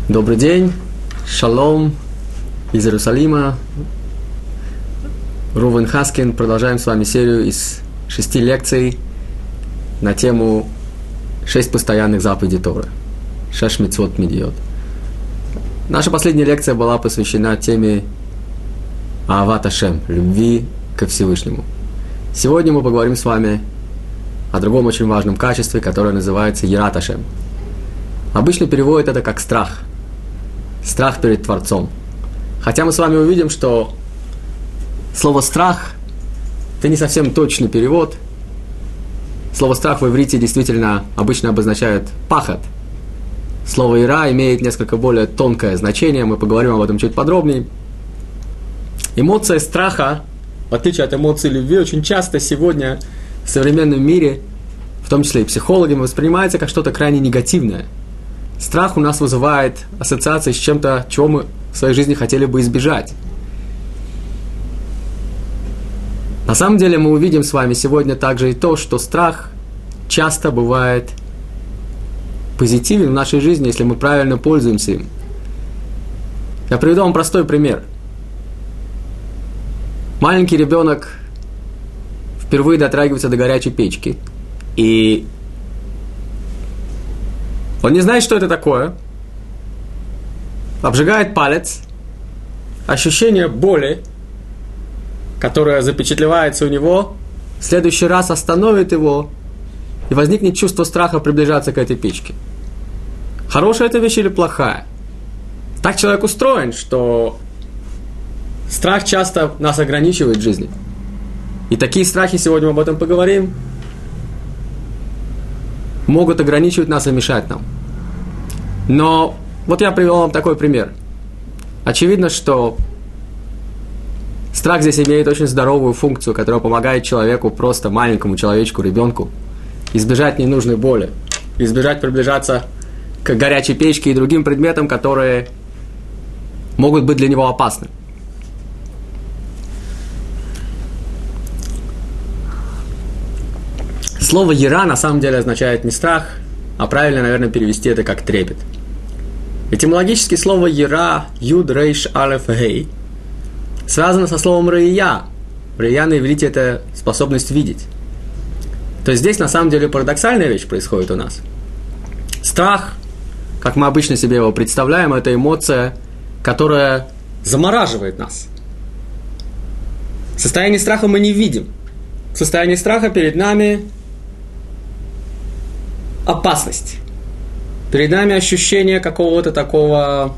Добрый день, шалом из Иерусалима. Рувен Хаскин. Продолжаем с вами серию из 6 лекций на тему 6 постоянных заповедей Торы. 6 мицвот мидьот. Наша последняя лекция была посвящена теме Аават Ашем, любви ко Всевышнему. Сегодня мы поговорим с вами о другом очень важном качестве, которое называется Йират Ашем. Обычно переводят это как страх. Страх перед Творцом. Хотя мы с вами увидим, что слово «страх» – это не совсем точный перевод. Слово «страх» в иврите действительно обычно обозначает «пахат». Слово «ира» имеет несколько более тонкое значение, мы поговорим об этом чуть подробнее. Эмоция страха, в отличие от эмоции любви, очень часто сегодня в современном мире, в том числе и психологами, воспринимается как что-то крайне негативное. Страх у нас вызывает ассоциации с чем-то, чего мы в своей жизни хотели бы избежать. На самом деле мы увидим с вами сегодня также и то, что страх часто бывает позитивен в нашей жизни, если мы правильно пользуемся им. Я приведу вам простой пример. Маленький ребенок впервые дотрагивается до горячей печки, и он не знает, что это такое, обжигает палец, ощущение боли, которое запечатлевается у него, в следующий раз остановит его, и возникнет чувство страха приближаться к этой печке. Хорошая это вещь или плохая? Так человек устроен, что страх часто нас ограничивает в жизни. И такие страхи, сегодня мы об этом поговорим, могут ограничивать нас и мешать нам. Но вот я привел вам такой пример. Очевидно, что страх здесь имеет очень здоровую функцию, которая помогает человеку, просто маленькому человечку, ребенку, избежать ненужной боли, избежать приближаться к горячей печке и другим предметам, которые могут быть для него опасны. Слово «яра» на самом деле означает не страх, а правильно, наверное, перевести это как трепет. Этимологически слово «яра» «юд рейш алеф гей» связано со словом «раия». «Раия» на иврите – это способность видеть. То есть здесь на самом деле парадоксальная вещь происходит у нас. Страх, как мы обычно себе его представляем, это эмоция, которая замораживает нас. В состоянии страха мы не видим. В состоянии страха перед нами опасность. Перед нами ощущение какого-то такого,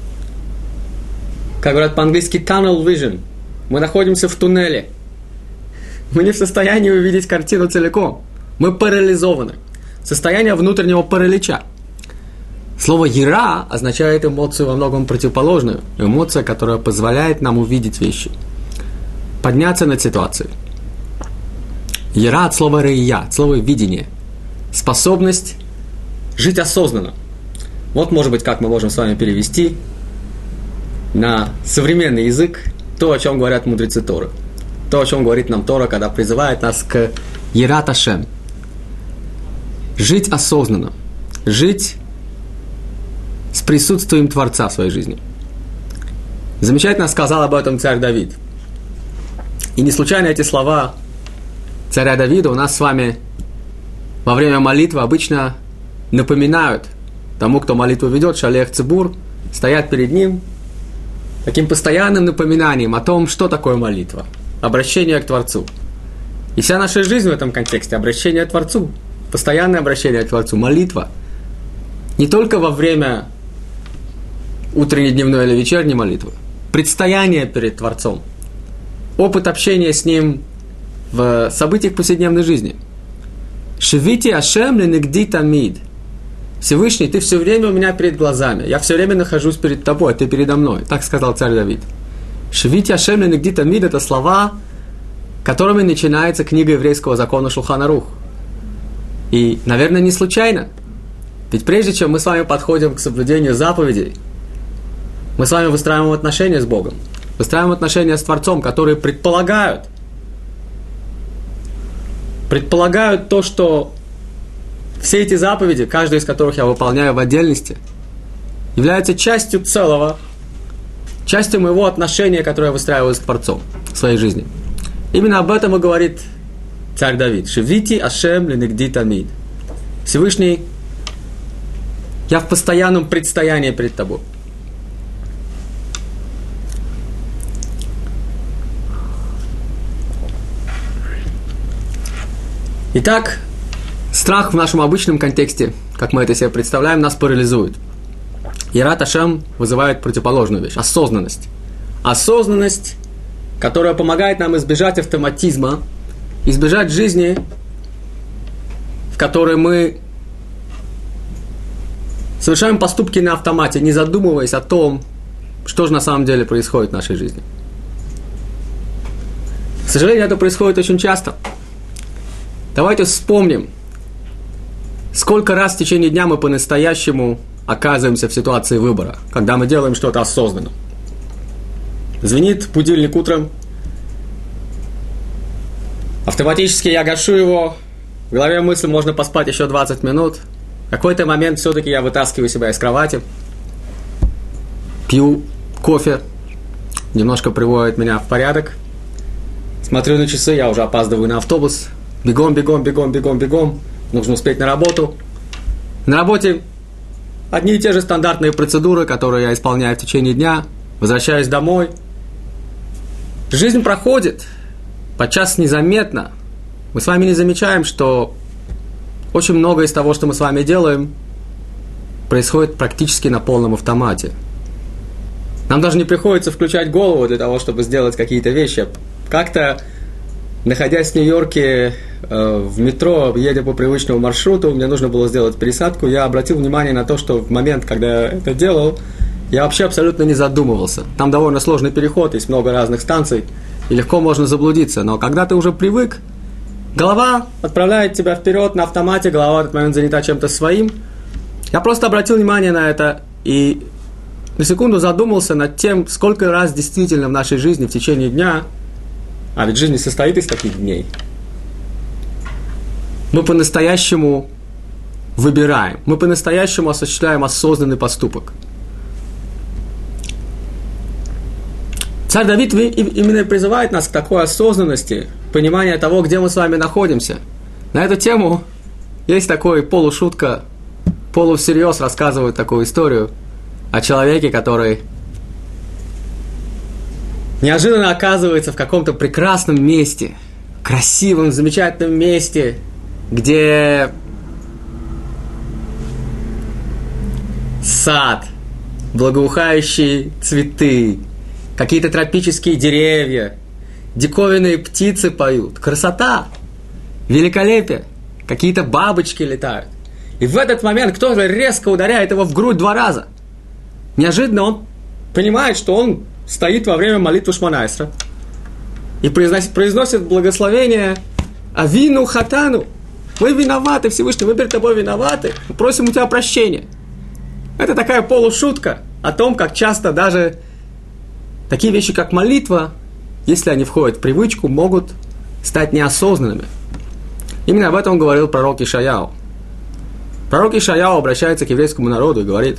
как говорят по-английски, tunnel vision. Мы находимся в туннеле. Мы не в состоянии увидеть картину целиком. Мы парализованы. Состояние внутреннего паралича. Слово «яра» означает эмоцию во многом противоположную. Эмоция, которая позволяет нам увидеть вещи. Подняться над ситуацией. Яра от слова «раия», от слова «видение». Способность жить осознанно. Вот, может быть, как мы можем с вами перевести на современный язык то, о чем говорят мудрецы Торы. То, о чем говорит нам Тора, когда призывает нас к Йират Ашем. Жить осознанно. Жить с присутствием Творца в своей жизни. Замечательно сказал об этом царь Давид. И не случайно эти слова царя Давида у нас с вами во время молитвы обычно напоминают тому, кто молитву ведет, шалех цибур, стоят перед ним таким постоянным напоминанием о том, что такое молитва, обращение к Творцу. И вся наша жизнь в этом контексте – обращение к Творцу, постоянное обращение к Творцу, молитва. Не только во время утренней, дневной или вечерней молитвы, предстояние перед Творцом, опыт общения с Ним в событиях повседневной жизни. «Шевити Ашем ленегди тамид». Всевышний, ты все время у меня перед глазами. Я все время нахожусь перед тобой, а ты передо мной. Так сказал царь Давид. «Шевити Ашем ленегди тамид» – это слова, которыми начинается книга еврейского закона Шулхан Арух. И, наверное, не случайно. Ведь прежде чем мы с вами подходим к соблюдению заповедей, мы с вами выстраиваем отношения с Богом. Выстраиваем отношения с Творцом, которые предполагают то, что все эти заповеди, каждая из которых я выполняю в отдельности, является частью целого, частью моего отношения, которое я выстраиваю с Творцом в своей жизни. Именно об этом и говорит царь Давид. «Шевити Ашем ленегди тамид». Всевышний, я в постоянном предстоянии перед тобой. Итак, страх в нашем обычном контексте, как мы это себе представляем, нас парализует. Ират Ашем вызывает противоположную вещь – осознанность. Осознанность, которая помогает нам избежать автоматизма, избежать жизни, в которой мы совершаем поступки на автомате, не задумываясь о том, что же на самом деле происходит в нашей жизни. К сожалению, это происходит очень часто. Давайте вспомним, сколько раз в течение дня мы по-настоящему оказываемся в ситуации выбора, когда мы делаем что-то осознанно. Звенит будильник утром, автоматически я гашу его, в голове мысль, можно поспать еще 20 минут. В какой-то момент все-таки я вытаскиваю себя из кровати, пью кофе, немножко приводит меня в порядок, смотрю на часы, я уже опаздываю на автобус, бегом, нужно успеть на работу. На работе одни и те же стандартные процедуры, которые я исполняю в течение дня, возвращаюсь домой. Жизнь проходит, подчас незаметно. Мы с вами не замечаем, что очень многое из того, что мы с вами делаем, происходит практически на полном автомате. Нам даже не приходится включать голову для того, чтобы сделать какие-то вещи. Как-то, находясь в Нью-Йорке в метро, едя по привычному маршруту, мне нужно было сделать пересадку, я обратил внимание на то, что в момент, когда я это делал, я вообще абсолютно не задумывался. Там довольно сложный переход, есть много разных станций, и легко можно заблудиться. Но когда ты уже привык, голова отправляет тебя вперед на автомате, голова в этот момент занята чем-то своим. Я просто обратил внимание на это и на секунду задумался над тем, сколько раз действительно в нашей жизни в течение дня, а ведь жизнь состоит из таких дней, мы по-настоящему выбираем, мы по-настоящему осуществляем осознанный поступок. Царь Давид именно призывает нас к такой осознанности, понимания того, где мы с вами находимся. На эту тему есть такой полушутка, полусерьез рассказывают такую историю о человеке, который неожиданно оказывается в каком-то прекрасном месте, красивом, замечательном месте, где сад, благоухающие цветы, какие-то тропические деревья, диковинные птицы поют, красота, великолепие, какие-то бабочки летают. И в этот момент кто-то резко ударяет его в грудь 2 раза. Неожиданно он понимает, что он стоит во время молитвы Шмона Эсра и произносит благословение Авину Хатану. Мы виноваты, Всевышний, мы перед тобой виноваты, мы просим у тебя прощения. Это такая полушутка о том, как часто даже такие вещи, как молитва, если они входят в привычку, могут стать неосознанными. Именно об этом говорил пророк Ишаяу. Пророк Ишаяу обращается к еврейскому народу и говорит,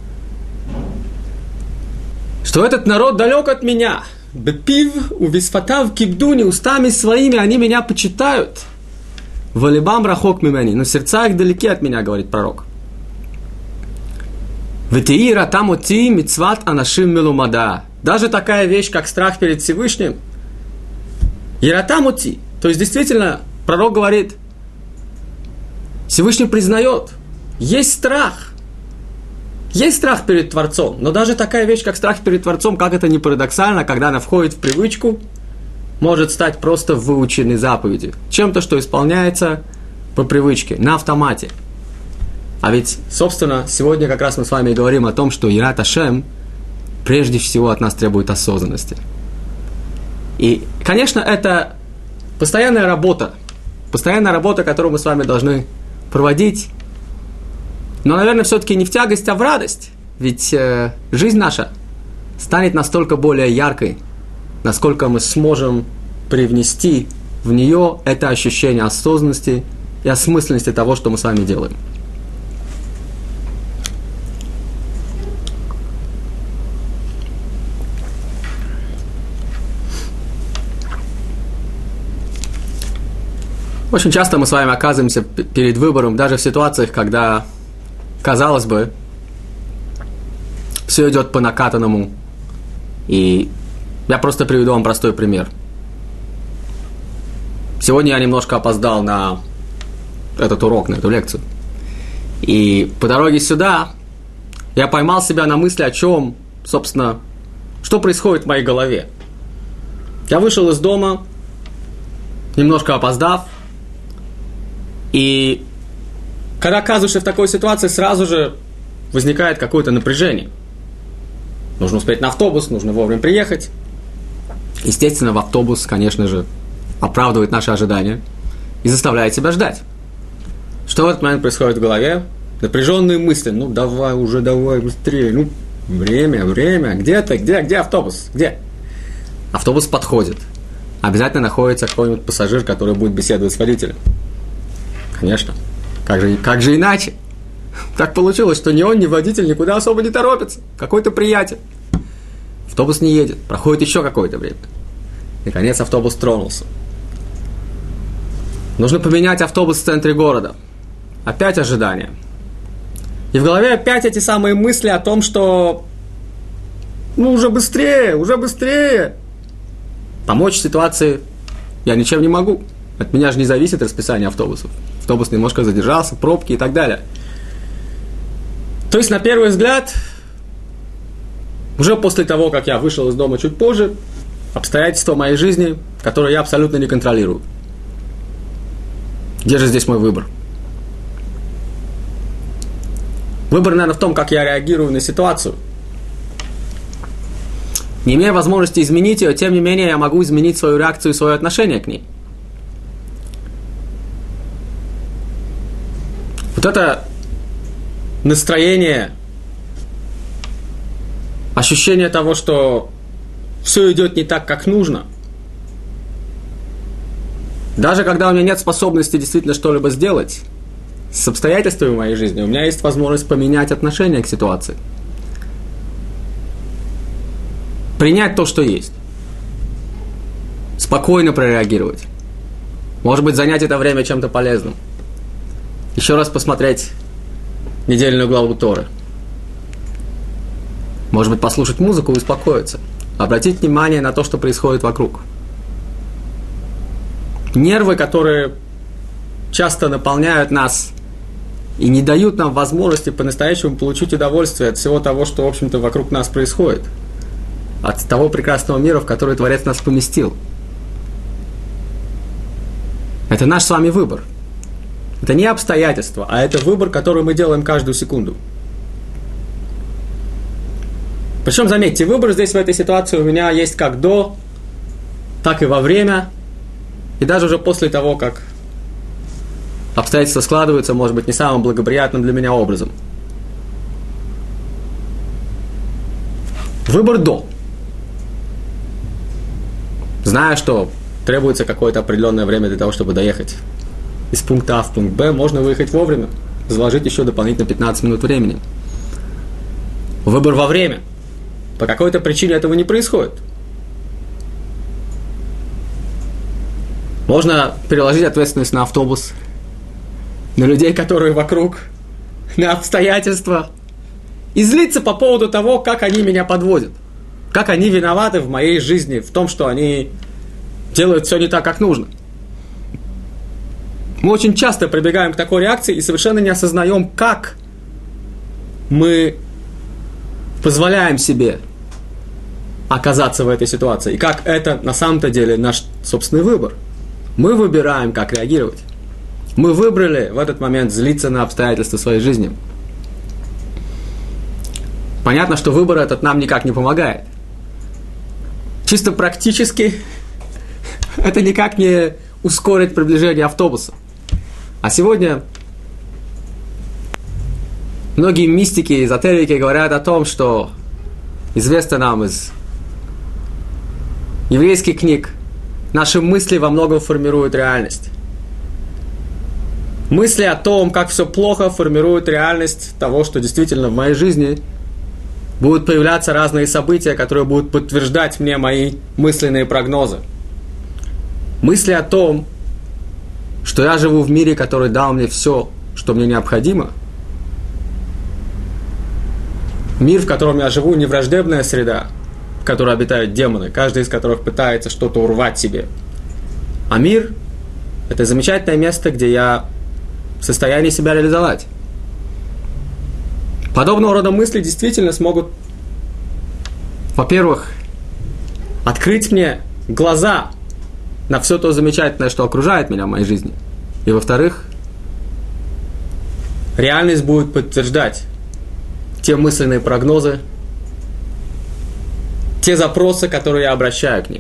что этот народ далек от меня. Бепив увисфатав кибдуни, устами своими они меня почитают. Валибам рахок мимени, но сердца их далеки от меня, говорит пророк. Ветеира тамоти мицват анашим мелумада. Даже такая вещь, как страх перед Всевышним, Иратамути, то есть действительно, пророк говорит, Всевышний признает, есть страх перед Творцом, но даже такая вещь, как страх перед Творцом, как это ни парадоксально, когда она входит в привычку, может стать просто выученной заповедью, чем-то, что исполняется по привычке, на автомате. А ведь, собственно, сегодня как раз мы с вами говорим о том, что Ират Ашем прежде всего от нас требует осознанности. И, конечно, это постоянная работа, которую мы с вами должны проводить, но, наверное, все-таки не в тягость, а в радость, ведь жизнь наша станет настолько более яркой, насколько мы сможем привнести в нее это ощущение осознанности и осмысленности того, что мы с вами делаем. Очень часто мы с вами оказываемся перед выбором, даже в ситуациях, когда, казалось бы, все идет по накатанному. И я просто приведу вам простой пример. Сегодня я немножко опоздал на этот урок, на эту лекцию. И по дороге сюда я поймал себя на мысли, о чем, собственно, что происходит в моей голове. Я вышел из дома, немножко опоздав, и когда оказываешься в такой ситуации, сразу же возникает какое-то напряжение. Нужно успеть на автобус, нужно вовремя приехать. Естественно, в автобус, конечно же, оправдывает наши ожидания и заставляет себя ждать. Что в этот момент происходит в голове? Напряженные мысли. Ну, давай уже, давай быстрее. Ну, время. Где ты? Где автобус? Где? Автобус подходит. Обязательно находится какой-нибудь пассажир, который будет беседовать с водителем. Конечно. Как же иначе? Так получилось, что ни он, ни водитель никуда особо не торопится. Какой-то приятель. Автобус не едет. Проходит еще какое-то время. Наконец автобус тронулся. Нужно поменять автобус в центре города. Опять ожидание. И в голове опять эти самые мысли о том, что уже быстрее. Помочь ситуации я ничем не могу. От меня же не зависит расписание автобусов. Автобус немножко задержался, пробки и так далее. То есть, на первый взгляд, уже после того, как я вышел из дома чуть позже, обстоятельства моей жизни, которые я абсолютно не контролирую. Где же здесь мой выбор? Выбор, наверное, в том, как я реагирую на ситуацию. Не имея возможности изменить ее, тем не менее, я могу изменить свою реакцию и свое отношение к ней. Вот это настроение, ощущение того, что все идет не так, как нужно. Даже когда у меня нет способности действительно что-либо сделать с обстоятельствами в моей жизни, у меня есть возможность поменять отношение к ситуации. Принять то, что есть. Спокойно прореагировать. Может быть, занять это время чем-то полезным. Еще раз посмотреть недельную главу Торы. Может быть, послушать музыку и успокоиться. Обратить внимание на то, что происходит вокруг. Нервы, которые часто наполняют нас и не дают нам возможности по-настоящему получить удовольствие от всего того, что, в общем-то, вокруг нас происходит. От того прекрасного мира, в который Творец нас поместил. Это наш с вами выбор. Это не обстоятельства, а это выбор, который мы делаем каждую секунду. Причем, заметьте, выбор здесь в этой ситуации у меня есть как до, так и во время, и даже уже после того, как обстоятельства складываются, может быть, не самым благоприятным для меня образом. Выбор до. Зная, что требуется какое-то определенное время для того, чтобы доехать из пункта А в пункт Б, можно выехать вовремя, заложить еще дополнительно 15 минут времени. Выбор во время. По какой-то причине этого не происходит. Можно переложить ответственность на автобус, на людей, которые вокруг, на обстоятельства, и злиться по поводу того, как они меня подводят, как они виноваты в моей жизни, в том, что они делают все не так, как нужно. Мы очень часто прибегаем к такой реакции и совершенно не осознаем, как мы позволяем себе оказаться в этой ситуации, и как это на самом-то деле наш собственный выбор. Мы выбираем, как реагировать. Мы выбрали в этот момент злиться на обстоятельства своей жизни. Понятно, что выбор этот нам никак не помогает. Чисто практически это никак не ускорит приближение автобуса. А сегодня многие мистики и эзотерики говорят о том, что известно нам из еврейских книг, наши мысли во многом формируют реальность. Мысли о том, как все плохо, формируют реальность того, что действительно в моей жизни будут появляться разные события, которые будут подтверждать мне мои мысленные прогнозы. Мысли о том, что я живу в мире, который дал мне все, что мне необходимо. Мир, в котором я живу, не враждебная среда, в которой обитают демоны, каждый из которых пытается что-то урвать себе. А мир – это замечательное место, где я в состоянии себя реализовать. Подобного рода мысли действительно смогут, во-первых, открыть мне глаза на все то замечательное, что окружает меня в моей жизни. И, во-вторых, реальность будет подтверждать те мысленные прогнозы, те запросы, которые я обращаю к ним.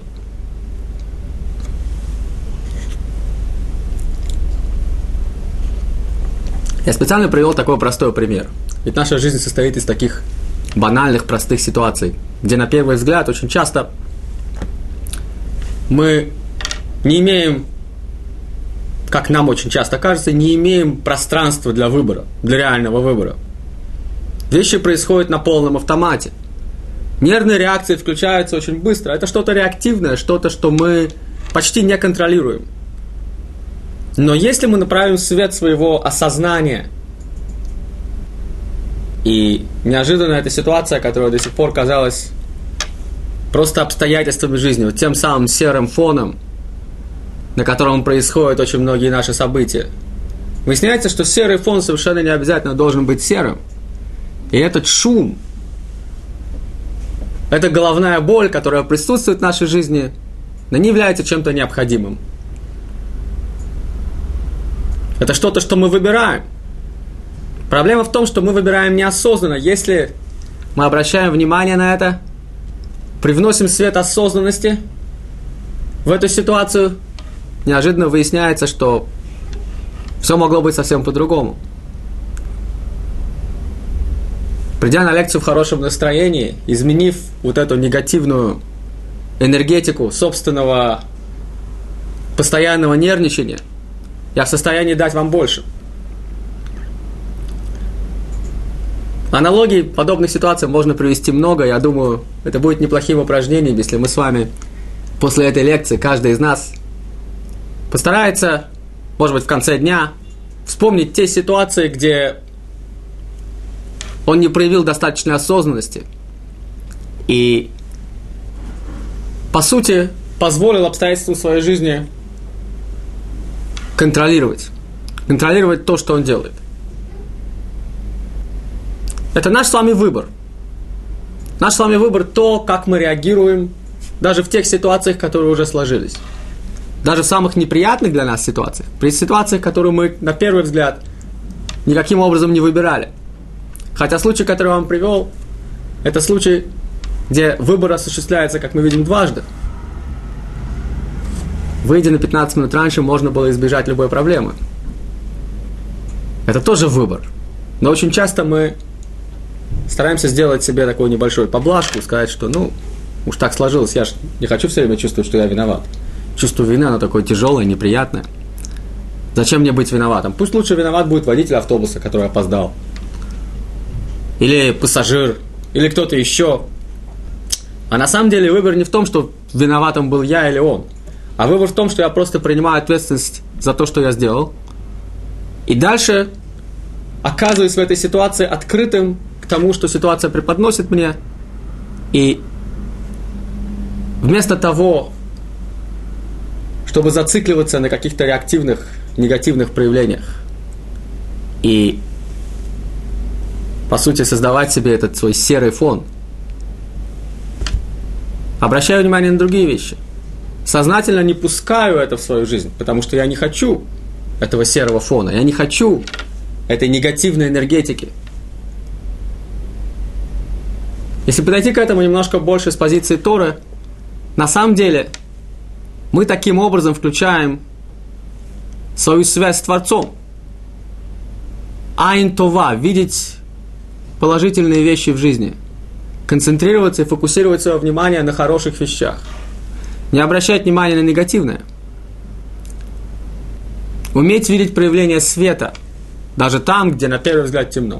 Я специально привел такой простой пример. Ведь наша жизнь состоит из таких банальных, простых ситуаций, где на первый взгляд очень часто мы не имеем, как нам очень часто кажется, не имеем пространства для выбора, для реального выбора. Вещи происходят на полном автомате. Нервные реакции включаются очень быстро. Это что-то реактивное, что-то, что мы почти не контролируем. Но если мы направим свет своего осознания, и неожиданно эта ситуация, которая до сих пор казалась просто обстоятельствами жизни, вот тем самым серым фоном, на котором происходят очень многие наши события, выясняется, что серый фон совершенно не обязательно должен быть серым. И этот шум, эта головная боль, которая присутствует в нашей жизни, она не является чем-то необходимым. Это что-то, что мы выбираем. Проблема в том, что мы выбираем неосознанно. Если мы обращаем внимание на это, привносим свет осознанности в эту ситуацию, неожиданно выясняется, что все могло быть совсем по-другому. Придя на лекцию в хорошем настроении, изменив вот эту негативную энергетику собственного постоянного нервничания, я в состоянии дать вам больше. Аналогий подобных ситуаций можно привести много. Я думаю, это будет неплохим упражнением, если мы с вами после этой лекции, каждый из нас постарается, может быть, в конце дня, вспомнить те ситуации, где он не проявил достаточной осознанности и, по сути, позволил обстоятельствам своей жизни контролировать то, что он делает. Это наш с вами выбор. Наш с вами выбор то, как мы реагируем даже в тех ситуациях, которые уже сложились. Даже в самых неприятных для нас ситуациях. При ситуациях, которые мы, на первый взгляд, никаким образом не выбирали. Хотя случай, который я вам привел, это случай, где выбор осуществляется, как мы видим, дважды. Выйдя на 15 минут раньше, можно было избежать любой проблемы. Это тоже выбор. Но очень часто мы стараемся сделать себе такую небольшую поблажку, сказать, что, уж так сложилось, я же не хочу все время чувствовать, что я виноват. Чувство вины, оно такое тяжелое, неприятное. Зачем мне быть виноватым? Пусть лучше виноват будет водитель автобуса, который опоздал. Или пассажир, или кто-то еще. А на самом деле выбор не в том, что виноватым был я или он. А выбор в том, что я просто принимаю ответственность за то, что я сделал. И дальше оказываюсь в этой ситуации открытым к тому, что ситуация преподносит мне. И вместо того, чтобы зацикливаться на каких-то реактивных, негативных проявлениях и, по сути, создавать себе этот свой серый фон, обращаю внимание на другие вещи. Сознательно не пускаю это в свою жизнь, потому что я не хочу этого серого фона, я не хочу этой негативной энергетики. Если подойти к этому немножко больше с позиции Торы, на самом деле мы таким образом включаем свою связь с Творцом. Айн това, видеть положительные вещи в жизни, концентрироваться и фокусировать свое внимание на хороших вещах. Не обращать внимания на негативное. Уметь видеть проявление света, даже там, где на первый взгляд темно.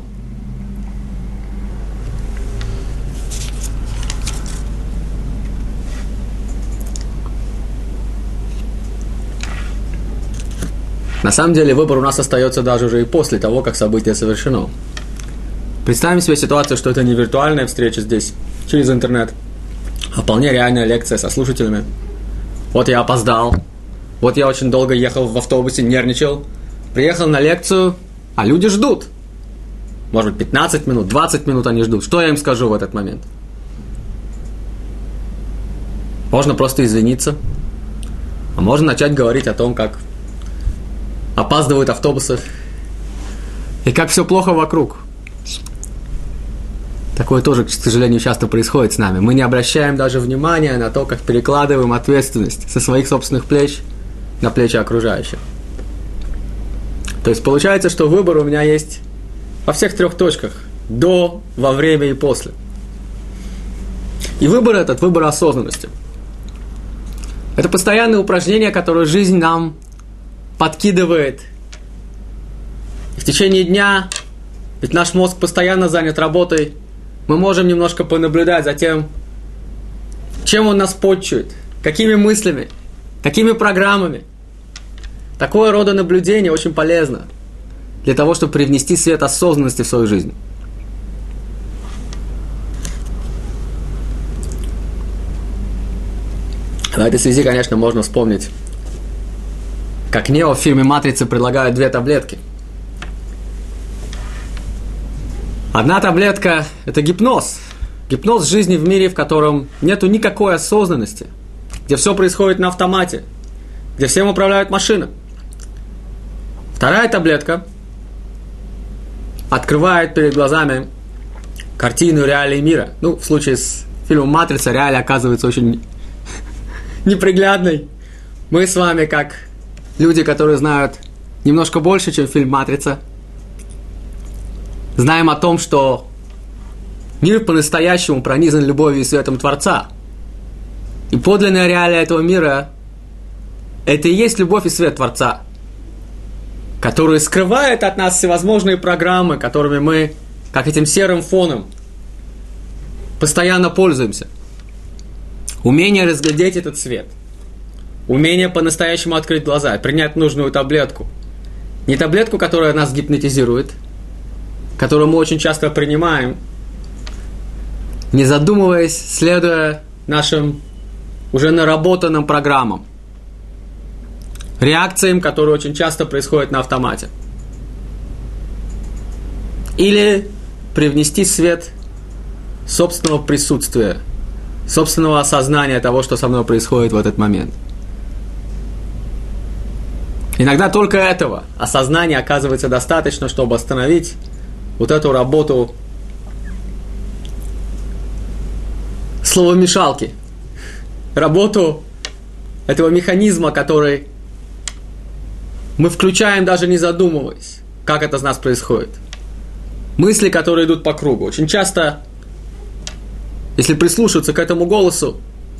На самом деле выбор у нас остается даже уже и после того, как событие совершено. Представим себе ситуацию, что это не виртуальная встреча здесь, через интернет, а вполне реальная лекция со слушателями. Вот я опоздал, вот я очень долго ехал в автобусе, нервничал, приехал на лекцию, а люди ждут. Может быть, 15 минут, 20 минут они ждут. Что я им скажу в этот момент? Можно просто извиниться, а можно начать говорить о том, как опаздывают автобусы и как все плохо вокруг. Такое тоже, к сожалению, часто происходит с нами. Мы не обращаем даже внимания на то, как перекладываем ответственность со своих собственных плеч на плечи окружающих. То есть получается, что выбор у меня есть во всех трех точках: до, во время и после. И выбор этот, выбор осознанности. Это постоянное упражнение, которое жизнь нам подкидывает. И в течение дня, ведь наш мозг постоянно занят работой, мы можем немножко понаблюдать за тем, чем он нас подчует, какими мыслями, какими программами. Такое рода наблюдение очень полезно для того, чтобы привнести свет осознанности в свою жизнь. В этой связи, конечно, можно вспомнить, как Нео в фильме «Матрица» предлагают две таблетки. Одна таблетка – это гипноз. Гипноз жизни в мире, в котором нету никакой осознанности, где все происходит на автомате, где всем управляют машины. Вторая таблетка открывает перед глазами картину реалий мира. Ну, в случае с фильмом «Матрица» реалия оказывается очень неприглядной. Мы с вами, как люди, которые знают немножко больше, чем фильм «Матрица», знаем о том, что мир по-настоящему пронизан любовью и светом Творца. И подлинная реалия этого мира – это и есть любовь и свет Творца, который скрывает от нас всевозможные программы, которыми мы, как этим серым фоном, постоянно пользуемся. Умение разглядеть этот свет, умение по-настоящему открыть глаза, принять нужную таблетку. Не таблетку, которая нас гипнотизирует, которую мы очень часто принимаем, не задумываясь, следуя нашим уже наработанным программам, реакциям, которые очень часто происходят на автомате. Или привнести свет собственного присутствия, собственного осознания того, что со мной происходит в этот момент. Иногда только этого осознания оказывается достаточно, чтобы остановить вот эту работу словомешалки, работу этого механизма, который мы включаем, даже не задумываясь, как это с нас происходит. Мысли, которые идут по кругу. Очень часто, если прислушаться к этому голосу,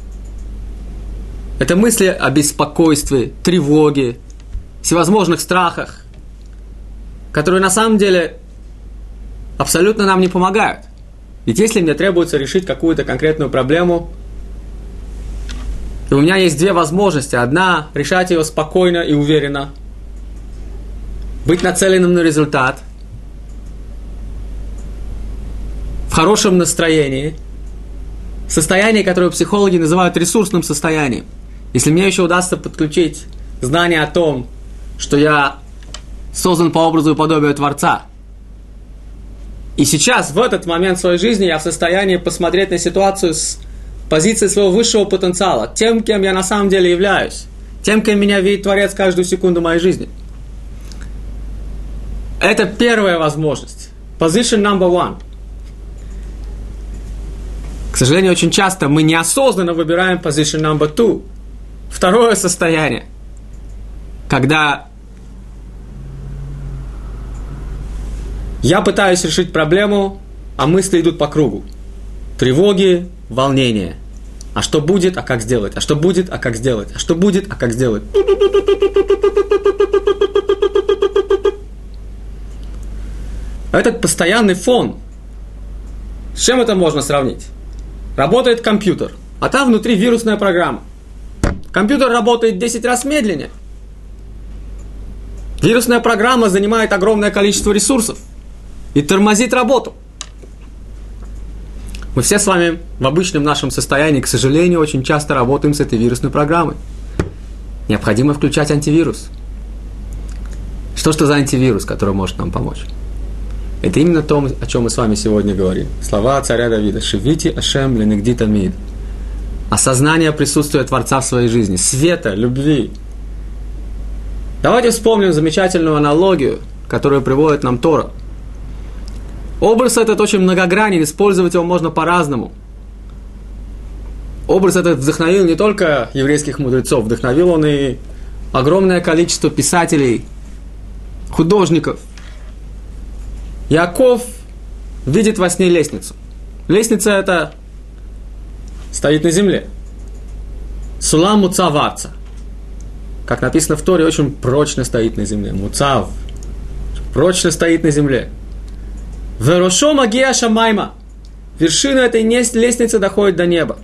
это мысли о беспокойстве, тревоге, всевозможных страхах, которые на самом деле абсолютно нам не помогают. Ведь если мне требуется решить какую-то конкретную проблему, то у меня есть две возможности. Одна – решать ее спокойно и уверенно, быть нацеленным на результат, в хорошем настроении, состояние, которое психологи называют ресурсным состоянием. Если мне еще удастся подключить знание о том, что я создан по образу и подобию Творца, и сейчас, в этот момент своей жизни, я в состоянии посмотреть на ситуацию с позиции своего высшего потенциала, тем, кем я на самом деле являюсь, тем, кем меня видит Творец каждую секунду моей жизни. Это первая возможность. Position number one. К сожалению, очень часто мы неосознанно выбираем position number two. Второе состояние, когда я пытаюсь решить проблему, а мысли идут по кругу. Тревоги, волнения. А что будет, а как сделать? А что будет, а как сделать? А что будет, а как сделать? Этот постоянный фон. С чем это можно сравнить? Работает компьютер, а там внутри вирусная программа. Компьютер работает 10 раз медленнее. Вирусная программа занимает огромное количество ресурсов и тормозит работу. Мы все с вами в обычном нашем состоянии, к сожалению, очень часто работаем с этой вирусной программой. Необходимо включать антивирус. Что ж это за антивирус, который может нам помочь? Это именно то, о чем мы с вами сегодня говорим. Слова царя Давида. «Шивити Ашем ленегди тамид». Осознание присутствия Творца в своей жизни, света, любви. Давайте вспомним замечательную аналогию, которую приводит нам Тора. Образ этот очень многогранен, использовать его можно по-разному. Образ этот вдохновил не только еврейских мудрецов, вдохновил он и огромное количество писателей, художников. Яаков видит во сне лестницу. Лестница эта стоит на земле. Сулам муцав арца. Как написано в Торе, очень прочно стоит на земле. Муцав. Прочно стоит на земле. Верошо магия шамайма. Вершина этой лестницы доходит до неба.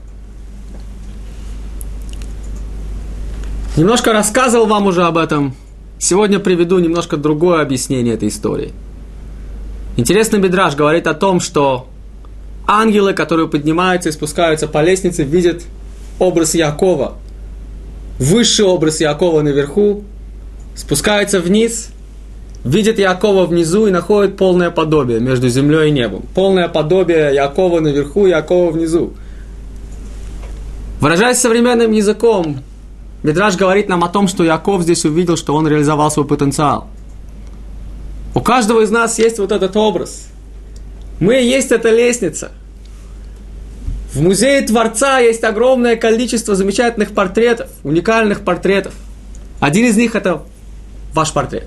Немножко рассказывал вам уже об этом. Сегодня приведу немножко другое объяснение этой истории. Интересный мидраш говорит о том, что ангелы, которые поднимаются и спускаются по лестнице, видят образ Яакова. Высший образ Яакова наверху, спускаются вниз, видят Яакова внизу и находят полное подобие между землей и небом. Полное подобие Яакова наверху, Яакова внизу. Выражаясь современным языком, мидраш говорит нам о том, что Яаков здесь увидел, что он реализовал свой потенциал. У каждого из нас есть вот этот образ. Мы есть эта лестница. В музее Творца есть огромное количество замечательных портретов, уникальных портретов. Один из них – это ваш портрет.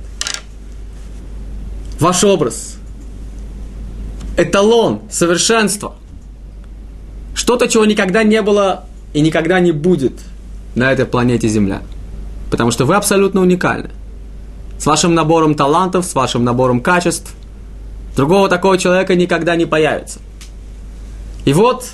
Ваш образ. Эталон, совершенство. Что-то, чего никогда не было и никогда не будет на этой планете Земля. Потому что вы абсолютно уникальны. С вашим набором талантов, с вашим набором качеств. Другого такого человека никогда не появится. И вот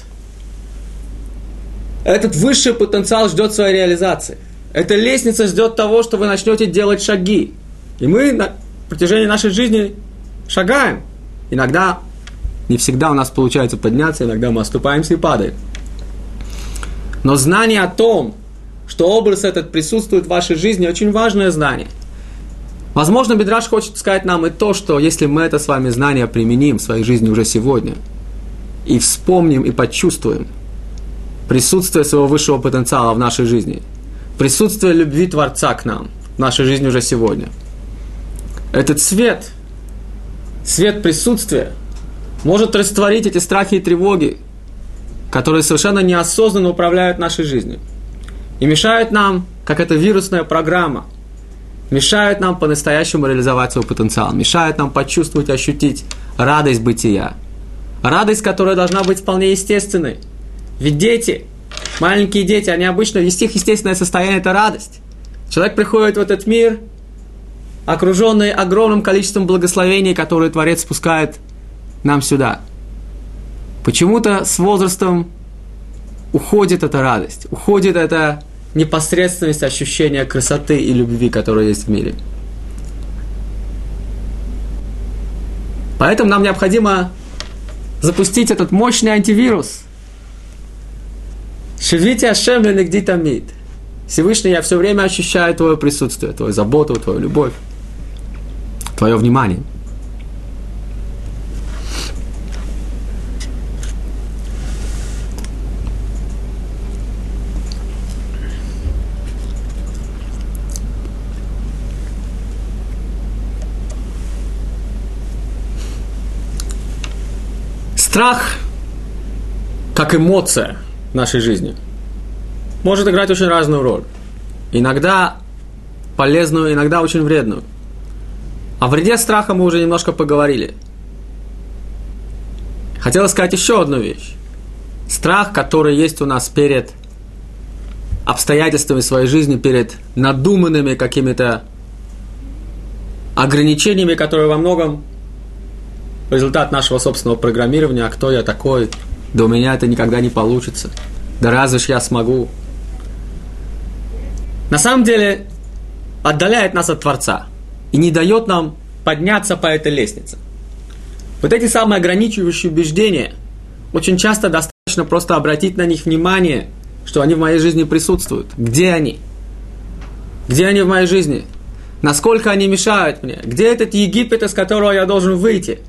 этот высший потенциал ждет своей реализации. Эта лестница ждет того, что вы начнете делать шаги. И мы на протяжении нашей жизни шагаем. Иногда, не всегда у нас получается подняться, иногда мы оступаемся и падаем. Но знание о том, что образ этот присутствует в вашей жизни, очень важное знание. Возможно, мидраш хочет сказать нам и то, что если мы это с вами знание применим в своей жизни уже сегодня, и вспомним, и почувствуем присутствие своего высшего потенциала в нашей жизни, присутствие любви Творца к нам в нашей жизни уже сегодня, этот свет присутствия может растворить эти страхи и тревоги, которые совершенно неосознанно управляют нашей жизнью и мешают нам, как эта вирусная программа, мешают нам по-настоящему реализовать свой потенциал, мешают нам почувствовать и ощутить радость бытия. Радость, которая должна быть вполне естественной. Ведь дети, маленькие дети, они обычно, их естественное состояние – это радость. Человек приходит в этот мир, окруженный огромным количеством благословений, которые Творец спускает нам сюда. Почему-то с возрастом уходит эта радость, уходит эта непосредственность ощущения красоты и любви, которая есть в мире. Поэтому нам необходимо запустить этот мощный антивирус. Шивити Ашем ленегди тамид. Всевышний, я все время ощущаю Твое присутствие, Твою заботу, Твою любовь, Твое внимание. Страх, как эмоция в нашей жизни, может играть очень разную роль. Иногда полезную, иногда очень вредную. О вреде страха мы уже немножко поговорили. Хотел сказать еще одну вещь. Страх, который есть у нас перед обстоятельствами своей жизни, перед надуманными какими-то ограничениями, которые во многом результат нашего собственного программирования. А кто я такой? Да у меня это никогда не получится. Да разве ж я смогу? На самом деле отдаляет нас от Творца. и не дает нам подняться по этой лестнице. Вот эти самые ограничивающие убеждения, очень часто достаточно просто обратить на них внимание, что они в моей жизни присутствуют. Где они? Где они в моей жизни? Насколько они мешают мне? Где этот Египет, из которого я должен выйти?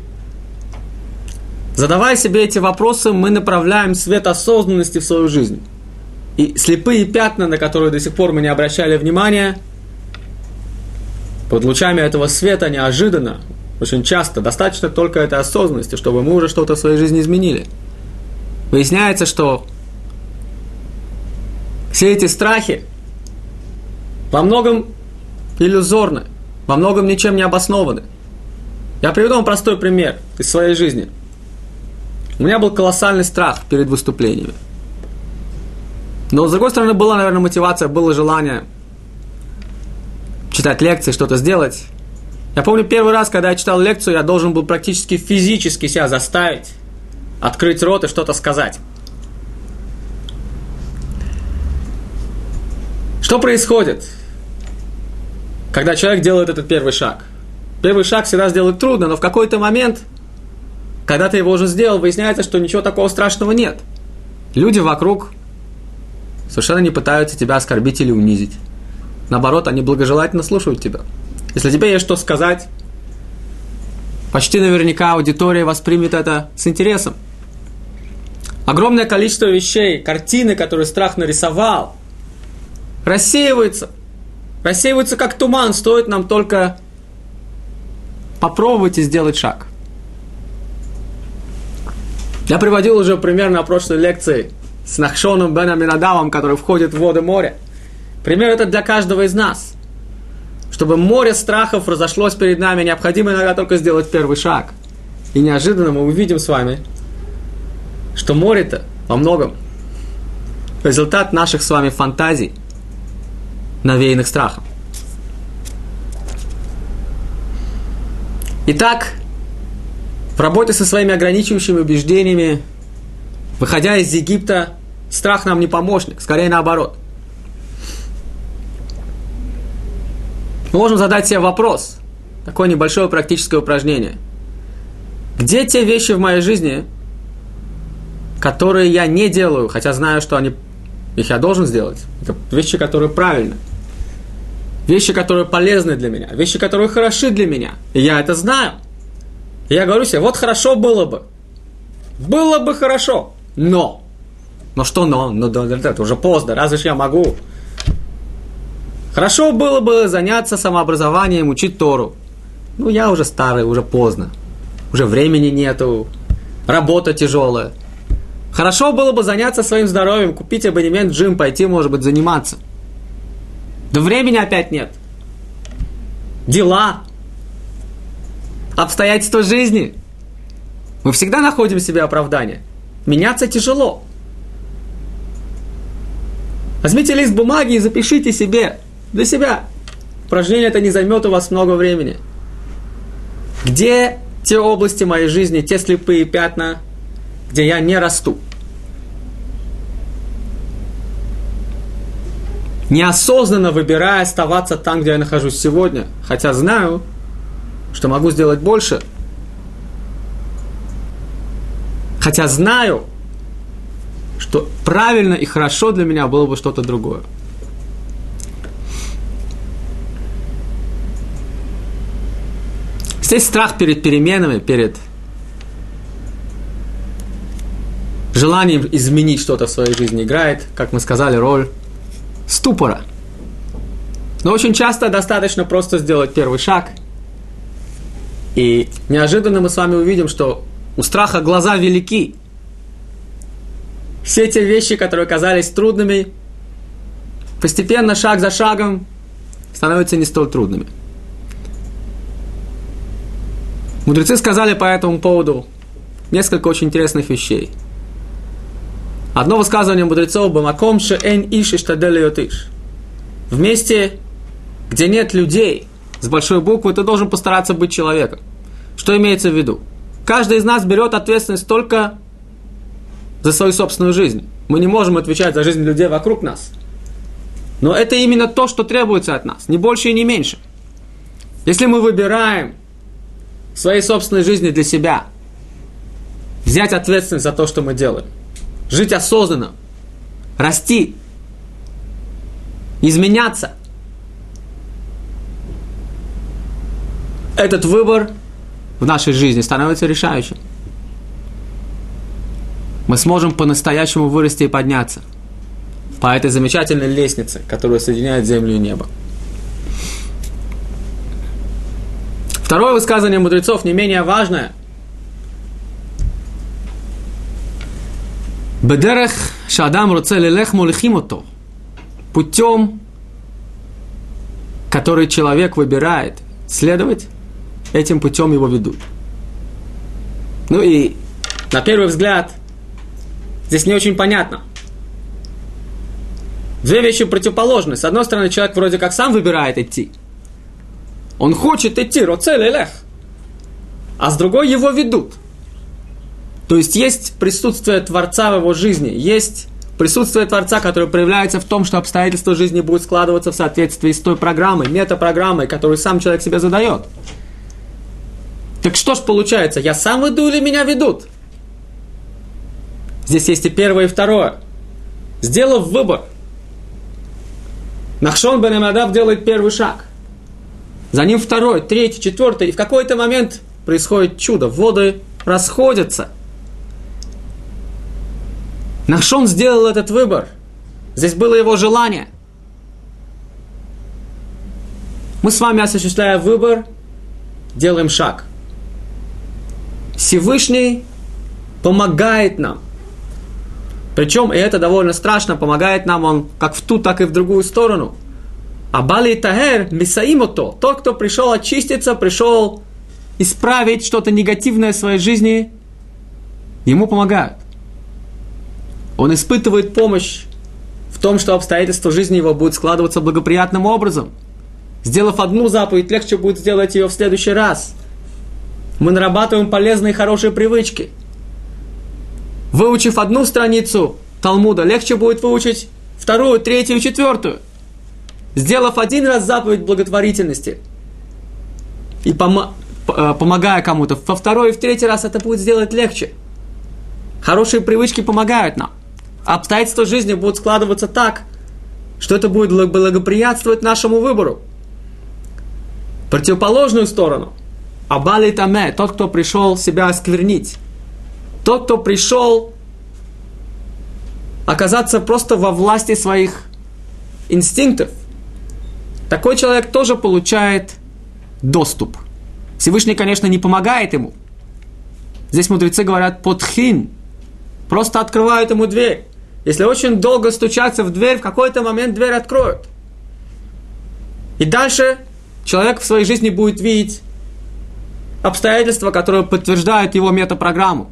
Задавая себе эти вопросы, мы направляем свет осознанности в свою жизнь. И слепые пятна, на которые до сих пор мы не обращали внимания, под лучами этого света неожиданно, очень часто, достаточно только этой осознанности, чтобы мы уже что-то в своей жизни изменили. Выясняется, что все эти страхи во многом иллюзорны, во многом ничем не обоснованы. Я приведу вам простой пример из своей жизни. У меня был колоссальный страх перед выступлениями. Но, с другой стороны, была, наверное, мотивация, было желание читать лекции, что-то сделать. Я помню, первый раз, когда я читал лекцию, я должен был практически физически себя заставить открыть рот и что-то сказать. Что происходит, когда человек делает этот первый шаг? Первый шаг всегда сделать трудно, но в какой-то момент, когда ты его уже сделал, выясняется, что ничего такого страшного нет. Люди вокруг совершенно не пытаются тебя оскорбить или унизить. Наоборот, они благожелательно слушают тебя. Если тебе есть что сказать, почти наверняка аудитория воспримет это с интересом. Огромное количество вещей, картины, которые страх нарисовал, рассеиваются. Рассеиваются как туман, стоит нам только попробовать и сделать шаг. Я приводил уже пример на прошлой лекции с Нахшоном бен Аминадавом, который входит в воды моря. Пример этот для каждого из нас. Чтобы море страхов разошлось перед нами, необходимо иногда только сделать первый шаг. И неожиданно мы увидим с вами, что море-то во многом результат наших с вами фантазий, навеянных страхом. Итак, в работе со своими ограничивающими убеждениями, выходя из Египта, страх нам не помощник, скорее наоборот. Мы можем задать себе вопрос, такое небольшое практическое упражнение. Где те вещи в моей жизни, которые я не делаю, хотя знаю, что их я должен сделать? Это вещи, которые правильны. Вещи, которые полезны для меня. Вещи, которые хороши для меня. И я это знаю. И я говорю себе, вот хорошо было бы. Было бы хорошо. Но. Но что но? Ну, это уже поздно. Разве ж я могу? Хорошо было бы заняться самообразованием, учить Тору. Ну, я уже старый, уже поздно. Уже времени нету. Работа тяжелая. Хорошо было бы заняться своим здоровьем, купить абонемент в джим, пойти, может быть, заниматься. Да времени опять нет. Дела. Обстоятельства жизни. Мы всегда находим себе оправдание. Меняться тяжело. Возьмите лист бумаги и запишите себе. Для себя. Упражнение это не займет у вас много времени. Где те области моей жизни, те слепые пятна, где я не расту? Неосознанно выбирая оставаться там, где я нахожусь сегодня, хотя знаю, что могу сделать больше, хотя знаю, что правильно и хорошо для меня было бы что-то другое. Здесь страх перед переменами, перед желанием изменить что-то в своей жизни играет, как мы сказали, роль ступора. Но очень часто достаточно просто сделать первый шаг. И неожиданно мы с вами увидим, что у страха глаза велики. Все те вещи, которые казались трудными, постепенно, шаг за шагом, становятся не столь трудными. Мудрецы сказали по этому поводу несколько очень интересных вещей. Одно высказывание мудрецов было «Маком шеэн иш иштадел льот иш». В месте, где нет людей, с большой буквы, ты должен постараться быть человеком. Что имеется в виду? Каждый из нас берет ответственность только за свою собственную жизнь. Мы не можем отвечать за жизнь людей вокруг нас. Но это именно то, что требуется от нас, ни больше и не меньше. Если мы выбираем в своей собственной жизни для себя взять ответственность за то, что мы делаем, жить осознанно, расти, изменяться, этот выбор в нашей жизни становится решающим. Мы сможем по-настоящему вырасти и подняться по этой замечательной лестнице, которая соединяет землю и небо. Второе высказывание мудрецов, не менее важное. Бедерех шадам роце лелех молихим ото. Путем, который человек выбирает следовать, этим путем его ведут. Ну и на первый взгляд здесь не очень понятно. Две вещи противоположны. С одной стороны, человек вроде как сам выбирает идти. Он хочет идти, роце лелех. А с другой его ведут. То есть есть присутствие Творца в его жизни. Есть присутствие Творца, которое проявляется в том, что обстоятельства жизни будут складываться в соответствии с той программой, метапрограммой, которую сам человек себе задает. Так что ж получается, я сам иду или меня ведут? Здесь есть и первое, и второе. Сделав выбор, Нахшон бен Аминадав делает первый шаг. За ним второй, третий, четвертый. И в какой-то момент происходит чудо. Воды расходятся. Нахшон сделал этот выбор. Здесь было его желание. Мы с вами, осуществляя выбор, делаем шаг. Всевышний помогает нам. Причем, и это довольно страшно, помогает нам он как в ту, так и в другую сторону. Абали тагер мисаимото. Тот, кто пришел очиститься, пришел исправить что-то негативное в своей жизни, ему помогают. Он испытывает помощь в том, что обстоятельства жизни его будут складываться благоприятным образом. Сделав одну заповедь, легче будет сделать ее в следующий раз. Мы нарабатываем полезные и хорошие привычки. Выучив одну страницу Талмуда, легче будет выучить вторую, третью, четвертую. Сделав один раз заповедь благотворительности и помогая кому-то, во второй и в третий раз это будет сделать легче. Хорошие привычки помогают нам. Обстоятельства жизни будут складываться так, что это будет благоприятствовать нашему выбору. Противоположную сторону. Абали таме, тот, кто пришел себя осквернить. Тот, кто пришел оказаться просто во власти своих инстинктов. Такой человек тоже получает доступ. Всевышний, конечно, не помогает ему. Здесь мудрецы говорят подхин. Просто открывают ему дверь. Если очень долго стучаться в дверь, в какой-то момент дверь откроют. И дальше человек в своей жизни будет видеть обстоятельства, которые подтверждают его метапрограмму.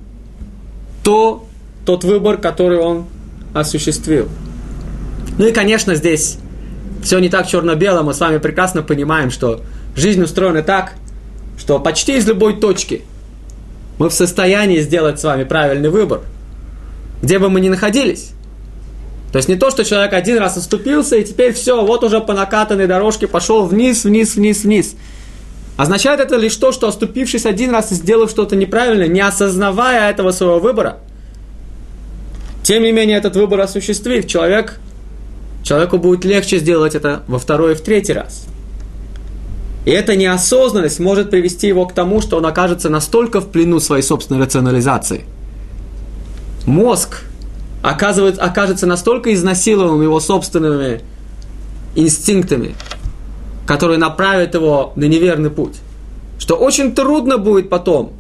Тот выбор, который он осуществил. Ну и, конечно, здесь все не так черно-бело. Мы с вами прекрасно понимаем, что жизнь устроена так, что почти из любой точки мы в состоянии сделать с вами правильный выбор, где бы мы ни находились. То есть не то, что человек один раз оступился, и теперь все, вот уже по накатанной дорожке пошел вниз, вниз, вниз, вниз. Означает это лишь то, что оступившись один раз и сделав что-то неправильно, не осознавая этого своего выбора, тем не менее этот выбор осуществив, человеку будет легче сделать это во второй и в третий раз. И эта неосознанность может привести его к тому, что он окажется настолько в плену своей собственной рационализации. Мозг окажется настолько изнасилованным его собственными инстинктами, которые направят его на неверный путь, что очень трудно будет потом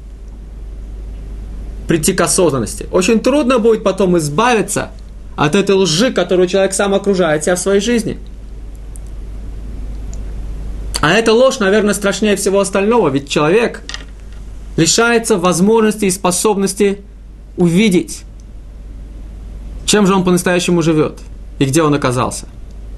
прийти к осознанности. Очень трудно будет потом избавиться от этой лжи, которую человек сам окружает себя в своей жизни. А эта ложь, наверное, страшнее всего остального, ведь человек лишается возможности и способности увидеть, чем же он по-настоящему живет и где он оказался.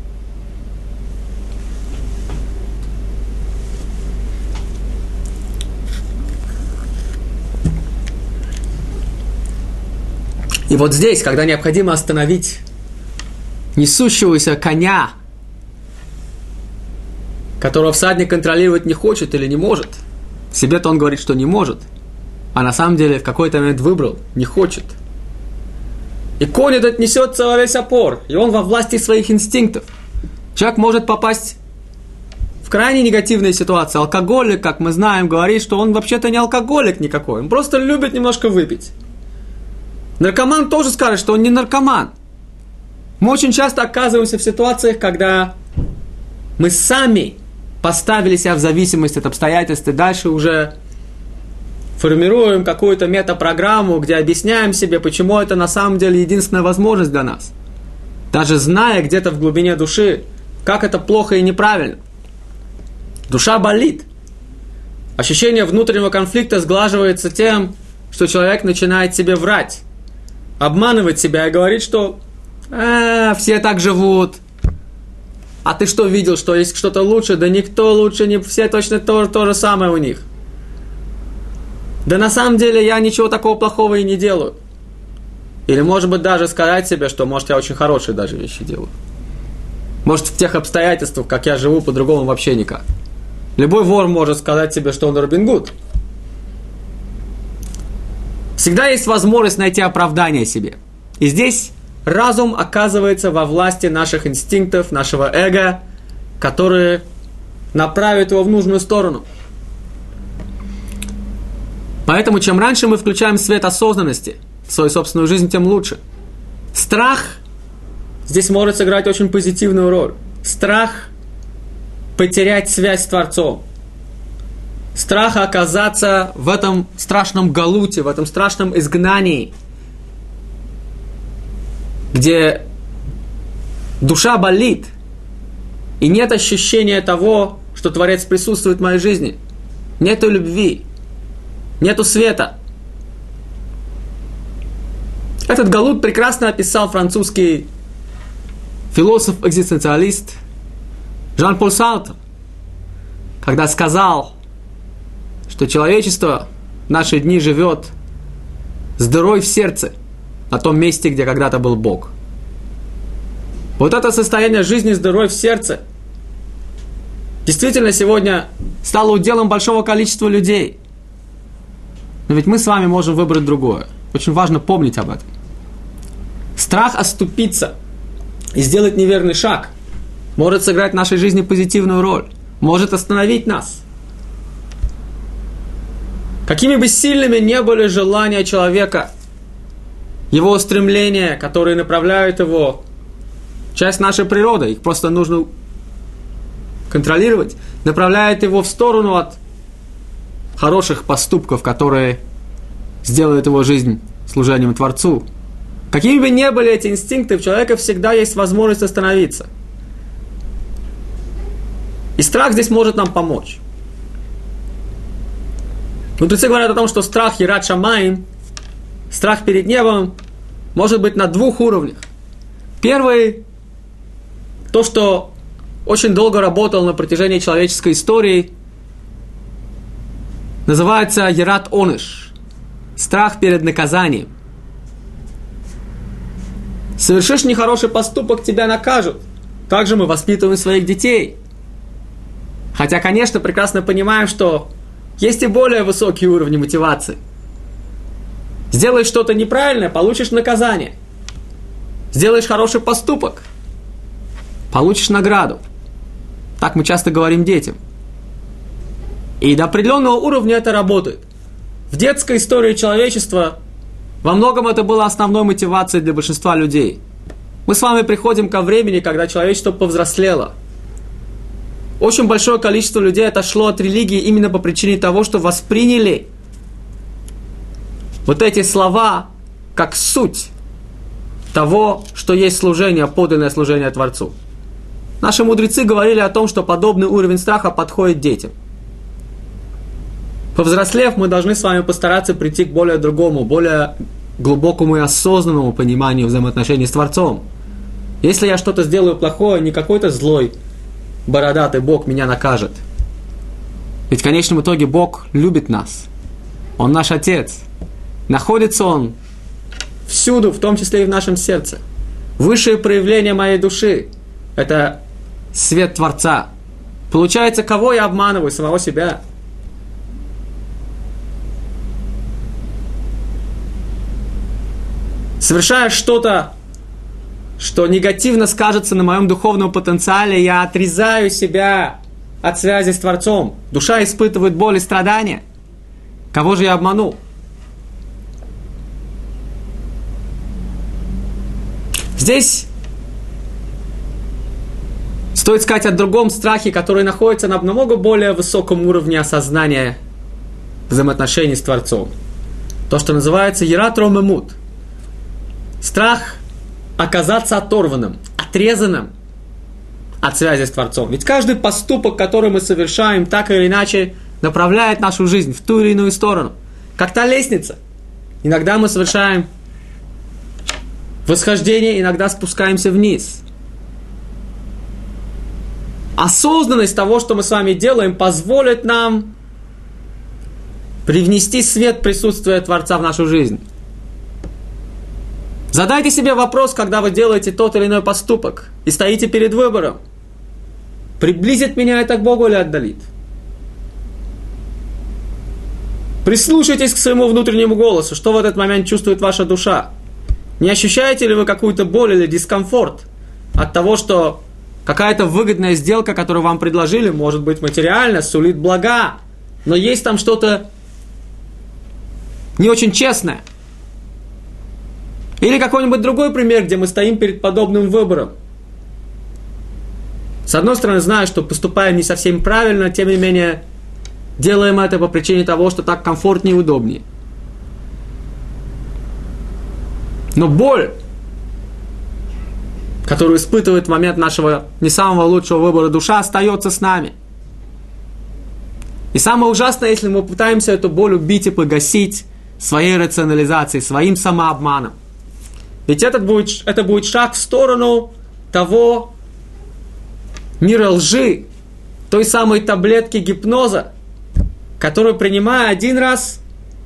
И вот здесь, когда необходимо остановить несущегося коня, которого всадник контролировать не хочет или не может. Себе-то он говорит, что не может, а на самом деле в какой-то момент выбрал, не хочет. И конь этот несется во весь опор, и он во власти своих инстинктов. Человек может попасть в крайне негативные ситуации. Алкоголик, как мы знаем, говорит, что он вообще-то не алкоголик никакой, он просто любит немножко выпить. Наркоман тоже скажет, что он не наркоман. Мы очень часто оказываемся в ситуациях, когда мы сами поставили себя в зависимость от обстоятельств, и дальше уже формируем какую-то метапрограмму, где объясняем себе, почему это на самом деле единственная возможность для нас. Даже зная где-то в глубине души, как это плохо и неправильно. Душа болит. Ощущение внутреннего конфликта сглаживается тем, что человек начинает себе врать, обманывать себя и говорить, что все так живут. А ты что видел, что есть что-то лучше? Да никто лучше, не все точно то же самое у них. Да на самом деле я ничего такого плохого и не делаю. Или может быть даже сказать себе, что может я очень хорошие даже вещи делаю. Может в тех обстоятельствах, как я живу, по-другому вообще никак. Любой вор может сказать себе, что он Робин Гуд. Всегда есть возможность найти оправдание себе. И здесь разум оказывается во власти наших инстинктов, нашего эго, которые направят его в нужную сторону. Поэтому, чем раньше мы включаем свет осознанности в свою собственную жизнь, тем лучше. Страх здесь может сыграть очень позитивную роль. Страх потерять связь с Творцом. Страх оказаться в этом страшном галуте, в этом страшном изгнании, где душа болит, и нет ощущения того, что Творец присутствует в моей жизни. Нету любви, нету света. Этот галут прекрасно описал французский философ-экзистенциалист Жан-Поль Сартр, когда сказал, что человечество в наши дни живет с дырой в сердце, на том месте, где когда-то был Бог. Вот это состояние жизни с дырой в сердце действительно сегодня стало уделом большого количества людей. Но ведь мы с вами можем выбрать другое. Очень важно помнить об этом. Страх оступиться и сделать неверный шаг может сыграть в нашей жизни позитивную роль, может остановить нас. Какими бы сильными ни были желания человека, его устремления, которые направляют его, часть нашей природы, их просто нужно контролировать, направляет его в сторону от хороших поступков, которые сделают его жизнь служением Творцу. Какими бы ни были эти инстинкты, у человека всегда есть возможность остановиться. И страх здесь может нам помочь. Мудрецы говорят о том, что страх Йират Шамаим, страх перед небом, может быть на двух уровнях. Первый, то, что очень долго работал на протяжении человеческой истории, называется Йират Оныш, страх перед наказанием. Совершишь нехороший поступок, тебя накажут. Также мы воспитываем своих детей. Хотя, конечно, прекрасно понимаем, что есть и более высокие уровни мотивации. Сделаешь что-то неправильное, получишь наказание. Сделаешь хороший поступок, получишь награду. Так мы часто говорим детям. И до определенного уровня это работает. В детской истории человечества во многом это было основной мотивацией для большинства людей. Мы с вами приходим ко времени, когда человечество повзрослело. Очень большое количество людей отошло от религии именно по причине того, что восприняли вот эти слова как суть того, что есть служение, подлинное служение Творцу. Наши мудрецы говорили о том, что подобный уровень страха подходит детям. Повзрослев, мы должны с вами постараться прийти к более другому, более глубокому и осознанному пониманию взаимоотношений с Творцом. Если я что-то сделаю плохое, не какой-то злой, бородатый Бог меня накажет. Ведь в конечном итоге Бог любит нас. Он наш Отец. Находится Он всюду, в том числе и в нашем сердце. Высшее проявление моей души – это свет Творца, Получается, кого я обманываю? Самого себя. Совершая что-то, что негативно скажется на моем духовном потенциале, я отрезаю себя от связи с Творцом. Душа испытывает боль и страдания. Кого же я обманул? Здесь стоит сказать о другом страхе, который находится на намного более высоком уровне осознания взаимоотношений с Творцом. То, что называется «Ерат ром эмут». Страх оказаться оторванным, отрезанным от связи с Творцом. Ведь каждый поступок, который мы совершаем, так или иначе направляет нашу жизнь в ту или иную сторону. Как та лестница. Иногда мы совершаем восхождение, иногда спускаемся вниз. Осознанность того, что мы с вами делаем, позволит нам привнести свет присутствия Творца в нашу жизнь. Задайте себе вопрос, когда вы делаете тот или иной поступок и стоите перед выбором. Приблизит меня это к Богу или отдалит? Прислушайтесь к своему внутреннему голосу, что в этот момент чувствует ваша душа. Не ощущаете ли вы какую-то боль или дискомфорт от того, что какая-то выгодная сделка, которую вам предложили, может быть материально, сулит блага, но есть там что-то не очень честное? Или какой-нибудь другой пример, где мы стоим перед подобным выбором. С одной стороны, знаю, что поступаем не совсем правильно, тем не менее, делаем это по причине того, что так комфортнее и удобнее. Но боль, которую испытывает в момент нашего не самого лучшего выбора душа, остается с нами. И самое ужасное, если мы пытаемся эту боль убить и погасить своей рационализацией, своим самообманом. Ведь это будет шаг в сторону того мира лжи, той самой таблетки гипноза, которую, принимая один раз,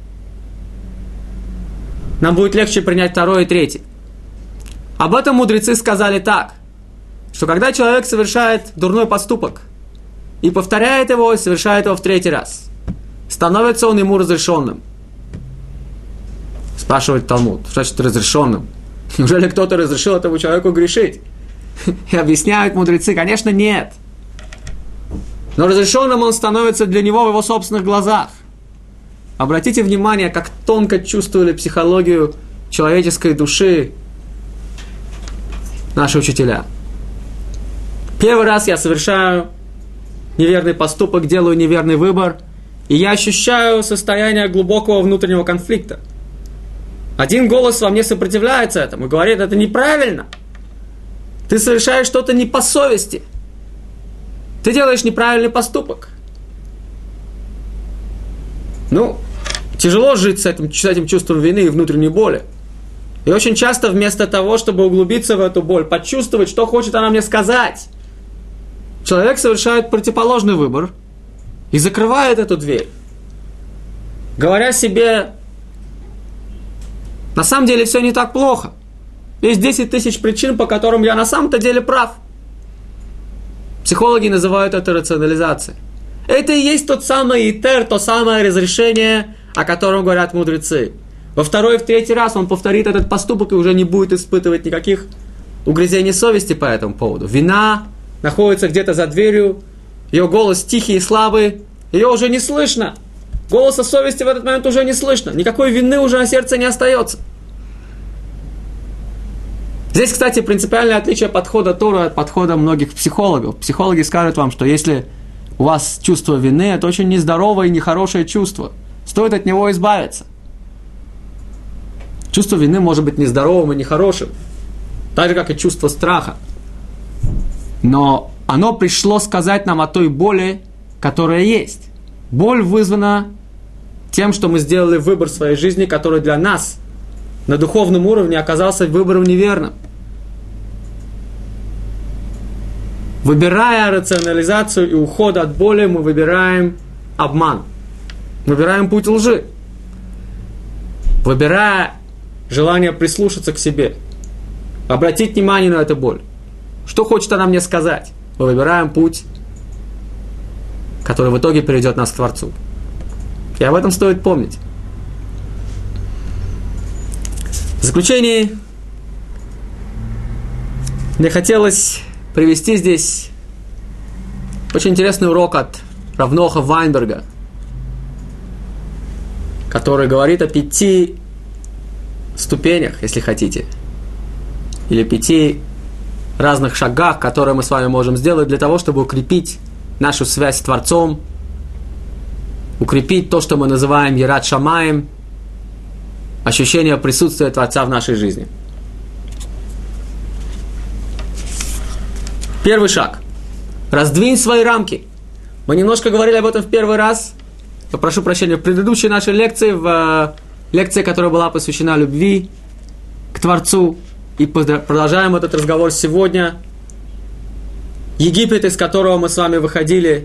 нам будет легче принять второй и третий. Об этом мудрецы сказали так, что когда человек совершает дурной поступок и повторяет его, и совершает его в третий раз, становится он ему разрешенным. Спрашивает Талмуд, что значит разрешенным? Неужели кто-то разрешил этому человеку грешить? И объясняют мудрецы, конечно, нет. Но разрешенным он становится для него в его собственных глазах. Обратите внимание, как тонко чувствовали психологию человеческой души наши учителя. Первый раз я совершаю неверный поступок, делаю неверный выбор, и я ощущаю состояние глубокого внутреннего конфликта. Один голос во мне сопротивляется этому и говорит, это неправильно. Ты совершаешь что-то не по совести. Ты делаешь неправильный поступок. Тяжело жить с этим чувством вины и внутренней боли. И очень часто вместо того, чтобы углубиться в эту боль, почувствовать, что хочет она мне сказать, человек совершает противоположный выбор и закрывает эту дверь, говоря себе, на самом деле все не так плохо. Есть 10 тысяч причин, по которым я на самом-то деле прав. Психологи называют это рационализацией. Это и есть тот самый итер, то самое разрешение, о котором говорят мудрецы. Во второй и в третий раз он повторит этот поступок и уже не будет испытывать никаких угрызений совести по этому поводу. Вина находится где-то за дверью, ее голос тихий и слабый, ее уже не слышно. Голоса совести в этот момент уже не слышно. Никакой вины уже на сердце не остается. Здесь, кстати, принципиальное отличие подхода Торы от подхода многих психологов. Психологи скажут вам, что если у вас чувство вины, это очень нездоровое и нехорошее чувство. Стоит от него избавиться. Чувство вины может быть нездоровым и нехорошим. Так же, как и чувство страха. Но оно пришло сказать нам о той боли, которая есть. Боль вызвана тем, что мы сделали выбор в своей жизни, который для нас на духовном уровне оказался выбором неверным. Выбирая рационализацию и уход от боли, мы выбираем обман. Выбираем путь лжи. Выбирая желание прислушаться к себе, обратить внимание на эту боль. Что хочет она мне сказать? Мы выбираем путь который в итоге приведет нас к Творцу. И об этом стоит помнить. В заключение мне хотелось привести здесь очень интересный урок от Рав Ноха Вайнберга, который говорит о 5 ступенях, если хотите, или 5 разных шагах, которые мы с вами можем сделать для того, чтобы укрепить нашу связь с Творцом, укрепить то, что мы называем Йират Шамаим, ощущение присутствия Творца в нашей жизни. Первый шаг. Раздвинь свои рамки. Мы немножко говорили об этом в первый раз. Я прошу прощения, в предыдущей нашей лекции, в лекции, которая была посвящена любви к Творцу. И продолжаем этот разговор сегодня. Египет, из которого мы с вами выходили.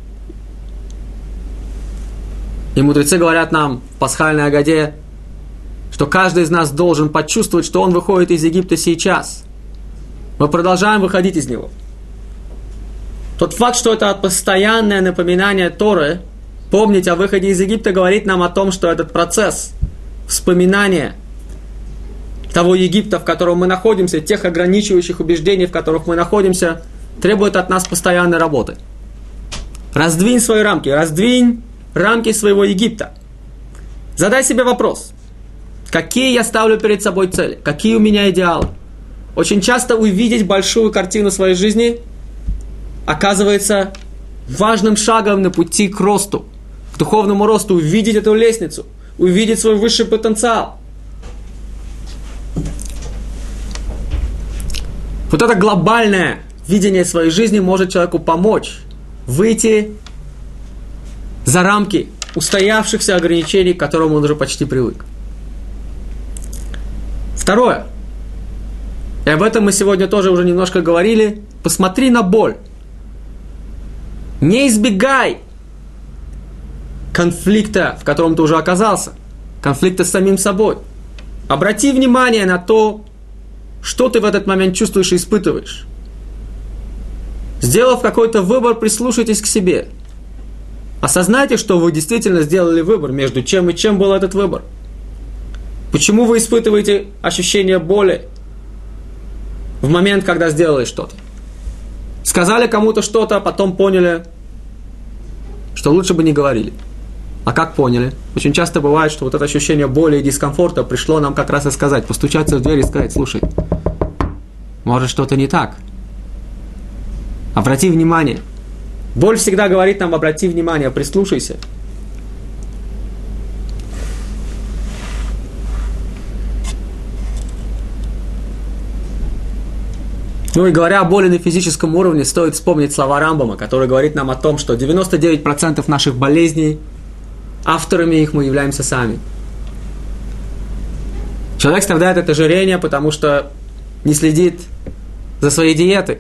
И мудрецы говорят нам в пасхальной Агаде, что каждый из нас должен почувствовать, что он выходит из Египта сейчас. Мы продолжаем выходить из него. Тот факт, что это постоянное напоминание Торы, помнить о выходе из Египта, говорит нам о том, что этот процесс вспоминания того Египта, в котором мы находимся, тех ограничивающих убеждений, в которых мы находимся, требует от нас постоянной работы. Раздвинь свои рамки, раздвинь рамки своего Египта. Задай себе вопрос. Какие я ставлю перед собой цели? Какие у меня идеалы? Очень часто увидеть большую картину своей жизни оказывается важным шагом на пути к росту, к духовному росту, увидеть эту лестницу, увидеть свой высший потенциал. Вот это глобальное видение своей жизни может человеку помочь выйти за рамки устоявшихся ограничений, к которым он уже почти привык. Второе. И об этом мы сегодня тоже уже немножко говорили. Посмотри на боль. Не избегай конфликта, в котором ты уже оказался. Конфликта с самим собой. Обрати внимание на то, что ты в этот момент чувствуешь и испытываешь. Сделав какой-то выбор, прислушайтесь к себе. Осознайте, что вы действительно сделали выбор, между чем и чем был этот выбор. Почему вы испытываете ощущение боли в момент, когда сделали что-то? Сказали кому-то что-то, а потом поняли, что лучше бы не говорили. А как поняли? Очень часто бывает, что вот это ощущение боли и дискомфорта пришло нам как раз и сказать, постучаться в дверь и сказать: слушай, может что-то не так. Обрати внимание. Боль всегда говорит нам: обрати внимание, прислушайся. Ну и говоря о боли на физическом уровне, стоит вспомнить слова Рамбама, который говорит нам о том, что 99% наших болезней, авторами их мы являемся сами. Человек страдает от ожирения, потому что не следит за своей диетой.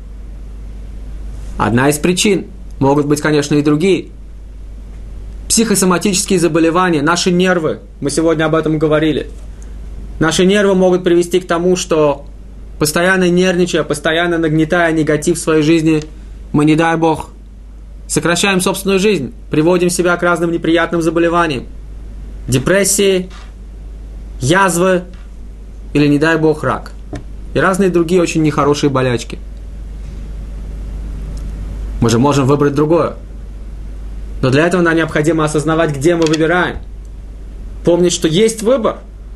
Одна из причин. Могут быть, конечно, и другие. Психосоматические заболевания, наши нервы, мы сегодня об этом говорили. Наши нервы могут привести к тому, что постоянно нервничая, постоянно нагнетая негатив в своей жизни, мы, не дай Бог, сокращаем собственную жизнь, приводим себя к разным неприятным заболеваниям. Депрессии, язвы или, не дай Бог, рак. И разные другие очень нехорошие болячки. Мы же можем выбрать другое. Но для этого нам необходимо осознавать, где мы выбираем. Помнить, что есть выбор.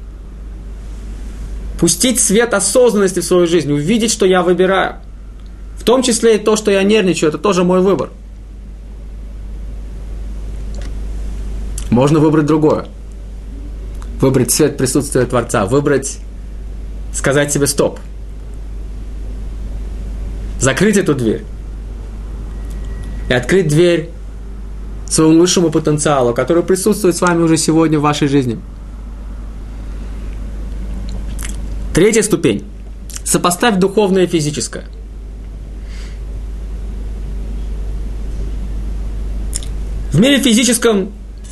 Пустить свет осознанности в свою жизнь, увидеть, что я выбираю. В том числе и то, что я нервничаю, это тоже мой выбор. Можно выбрать другое. Выбрать свет присутствия Творца. Выбрать, сказать себе стоп. Закрыть эту дверь. И открыть дверь своему высшему потенциалу, который присутствует с вами уже сегодня в вашей жизни. Третья ступень. Сопоставь духовное и физическое. В мире физическом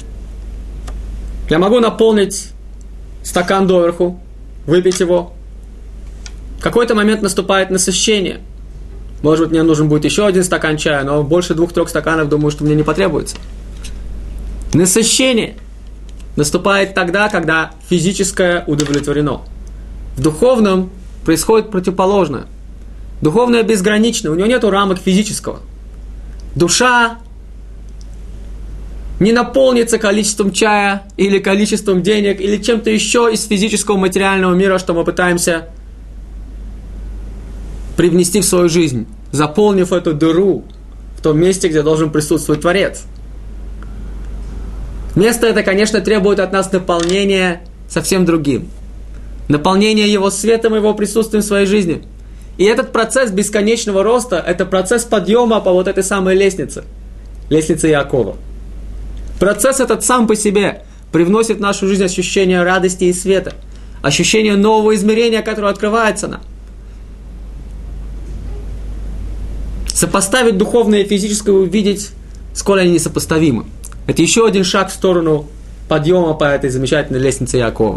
я могу наполнить стакан доверху, выпить его. В какой-то момент наступает насыщение. Может быть, мне нужен будет еще один стакан чая, но больше 2-3 стаканов, думаю, что мне не потребуется. Насыщение наступает тогда, когда физическое удовлетворено. В духовном происходит противоположное. Духовное безгранично, у него нет рамок физического. Душа не наполнится количеством чая, или количеством денег, или чем-то еще из физического материального мира, что мы пытаемся привнести в свою жизнь, заполнив эту дыру в том месте, где должен присутствовать Творец. Место это, конечно, требует от нас наполнения совсем другим. Наполнения Его светом, Его присутствием в своей жизни. И этот процесс бесконечного роста, это процесс подъема по вот этой самой лестнице. Лестнице Иакова. Процесс этот сам по себе привносит в нашу жизнь ощущение радости и света. Ощущение нового измерения, которое открывается нам. Сопоставить духовное и физическое, увидеть, сколь они несопоставимы. Это еще один шаг в сторону подъема по этой замечательной лестнице Иакова.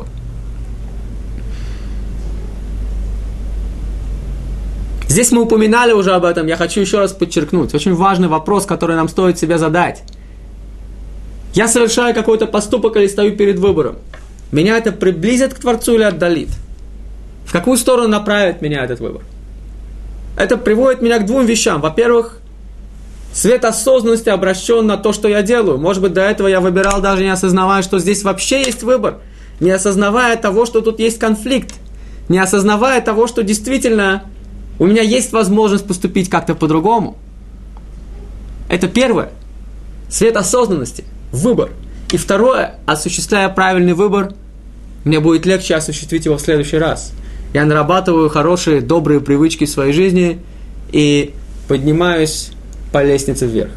Здесь мы упоминали уже об этом, я хочу еще раз подчеркнуть. Очень важный вопрос, который нам стоит себе задать. Я совершаю какой-то поступок или стою перед выбором. Меня это приблизит к Творцу или отдалит? В какую сторону направит меня этот выбор? Это приводит меня к 2 вещам. Во-первых, свет осознанности обращен на то, что я делаю. Может быть, до этого я выбирал, даже не осознавая, что здесь вообще есть выбор. Не осознавая того, что тут есть конфликт. Не осознавая того, что действительно у меня есть возможность поступить как-то по-другому. Это первое. Свет осознанности. Выбор. И второе. Осуществляя правильный выбор, мне будет легче осуществить его в следующий раз. Я нарабатываю хорошие, добрые привычки в своей жизни и поднимаюсь по лестнице вверх.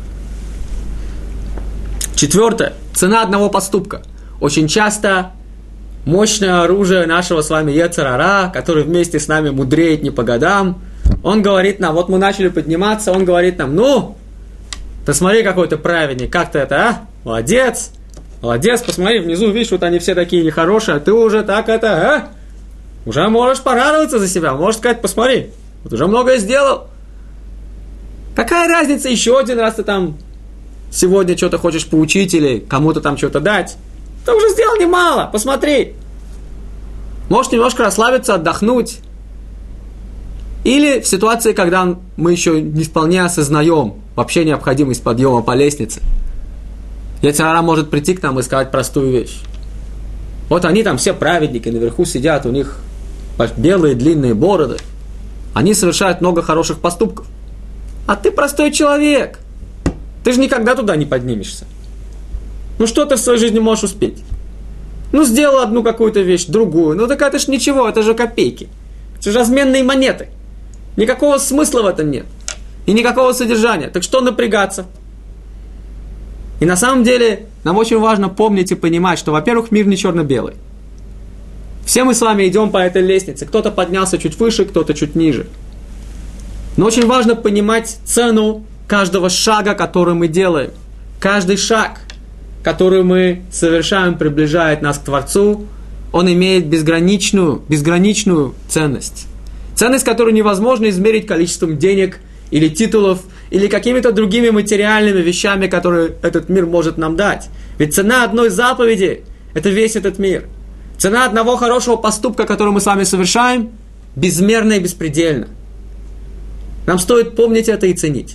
4. Цена одного поступка. Очень часто мощное оружие нашего с вами йецер ара, который вместе с нами мудреет не по годам, он говорит нам, вот мы начали подниматься, он говорит нам, ну, ты смотри, какой ты праведник, как ты это, а? Молодец, молодец, посмотри, внизу, видишь, вот они все такие нехорошие, а ты уже так это, а? Уже можешь порадоваться за себя, можешь сказать, посмотри, вот уже многое сделал. Какая разница, еще один раз ты там сегодня что-то хочешь поучить или кому-то там что-то дать? Ты уже сделал немало, посмотри. Можешь немножко расслабиться, отдохнуть. Или в ситуации, когда мы еще не вполне осознаем вообще необходимость подъема по лестнице. Йецер ара может прийти к нам и сказать простую вещь. Вот они там все праведники, наверху сидят, у них белые длинные бороды. Они совершают много хороших поступков. А ты простой человек. Ты же никогда туда не поднимешься. Ну что ты в своей жизни можешь успеть? Ну сделал одну какую-то вещь, другую. Ну так это ж ничего, это же копейки. Это же разменные монеты. Никакого смысла в этом нет. И никакого содержания. Так что напрягаться? И на самом деле нам очень важно помнить и понимать, что, во-первых, мир не черно-белый. Все мы с вами идем по этой лестнице. Кто-то поднялся чуть выше, кто-то чуть ниже. Но очень важно понимать цену каждого шага, который мы делаем. Каждый шаг, который мы совершаем, приближает нас к Творцу, он имеет безграничную ценность. Ценность, которую невозможно измерить количеством денег или титулов, или какими-то другими материальными вещами, которые этот мир может нам дать. Ведь цена одной заповеди – это весь этот мир. Цена одного хорошего поступка, который мы с вами совершаем, безмерна и беспредельна. Нам стоит помнить это и ценить.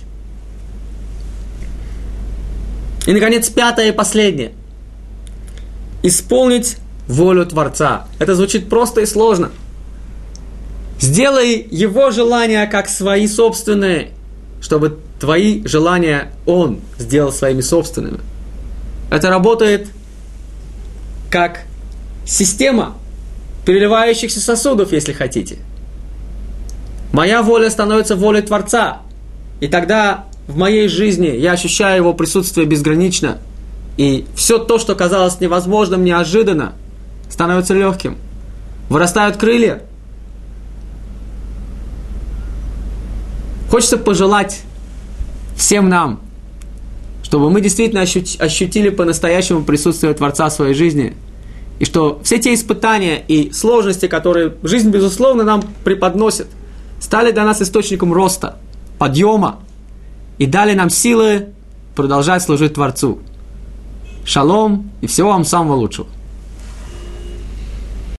И, наконец, 5 и последнее. Исполнить волю Творца. Это звучит просто и сложно. Сделай его желания как свои собственные, чтобы твои желания он сделал своими собственными. Это работает как система переливающихся сосудов, если хотите. Моя воля становится волей Творца. И тогда в моей жизни я ощущаю его присутствие безгранично. И все то, что казалось невозможным, неожиданно, становится легким. Вырастают крылья. Хочется пожелать всем нам, чтобы мы действительно ощутили по-настоящему присутствие Творца в своей жизни. И что все те испытания и сложности, которые жизнь, безусловно, нам преподносит, стали для нас источником роста. подъема и дали нам силы продолжать служить Творцу. Шалом и всего вам самого лучшего.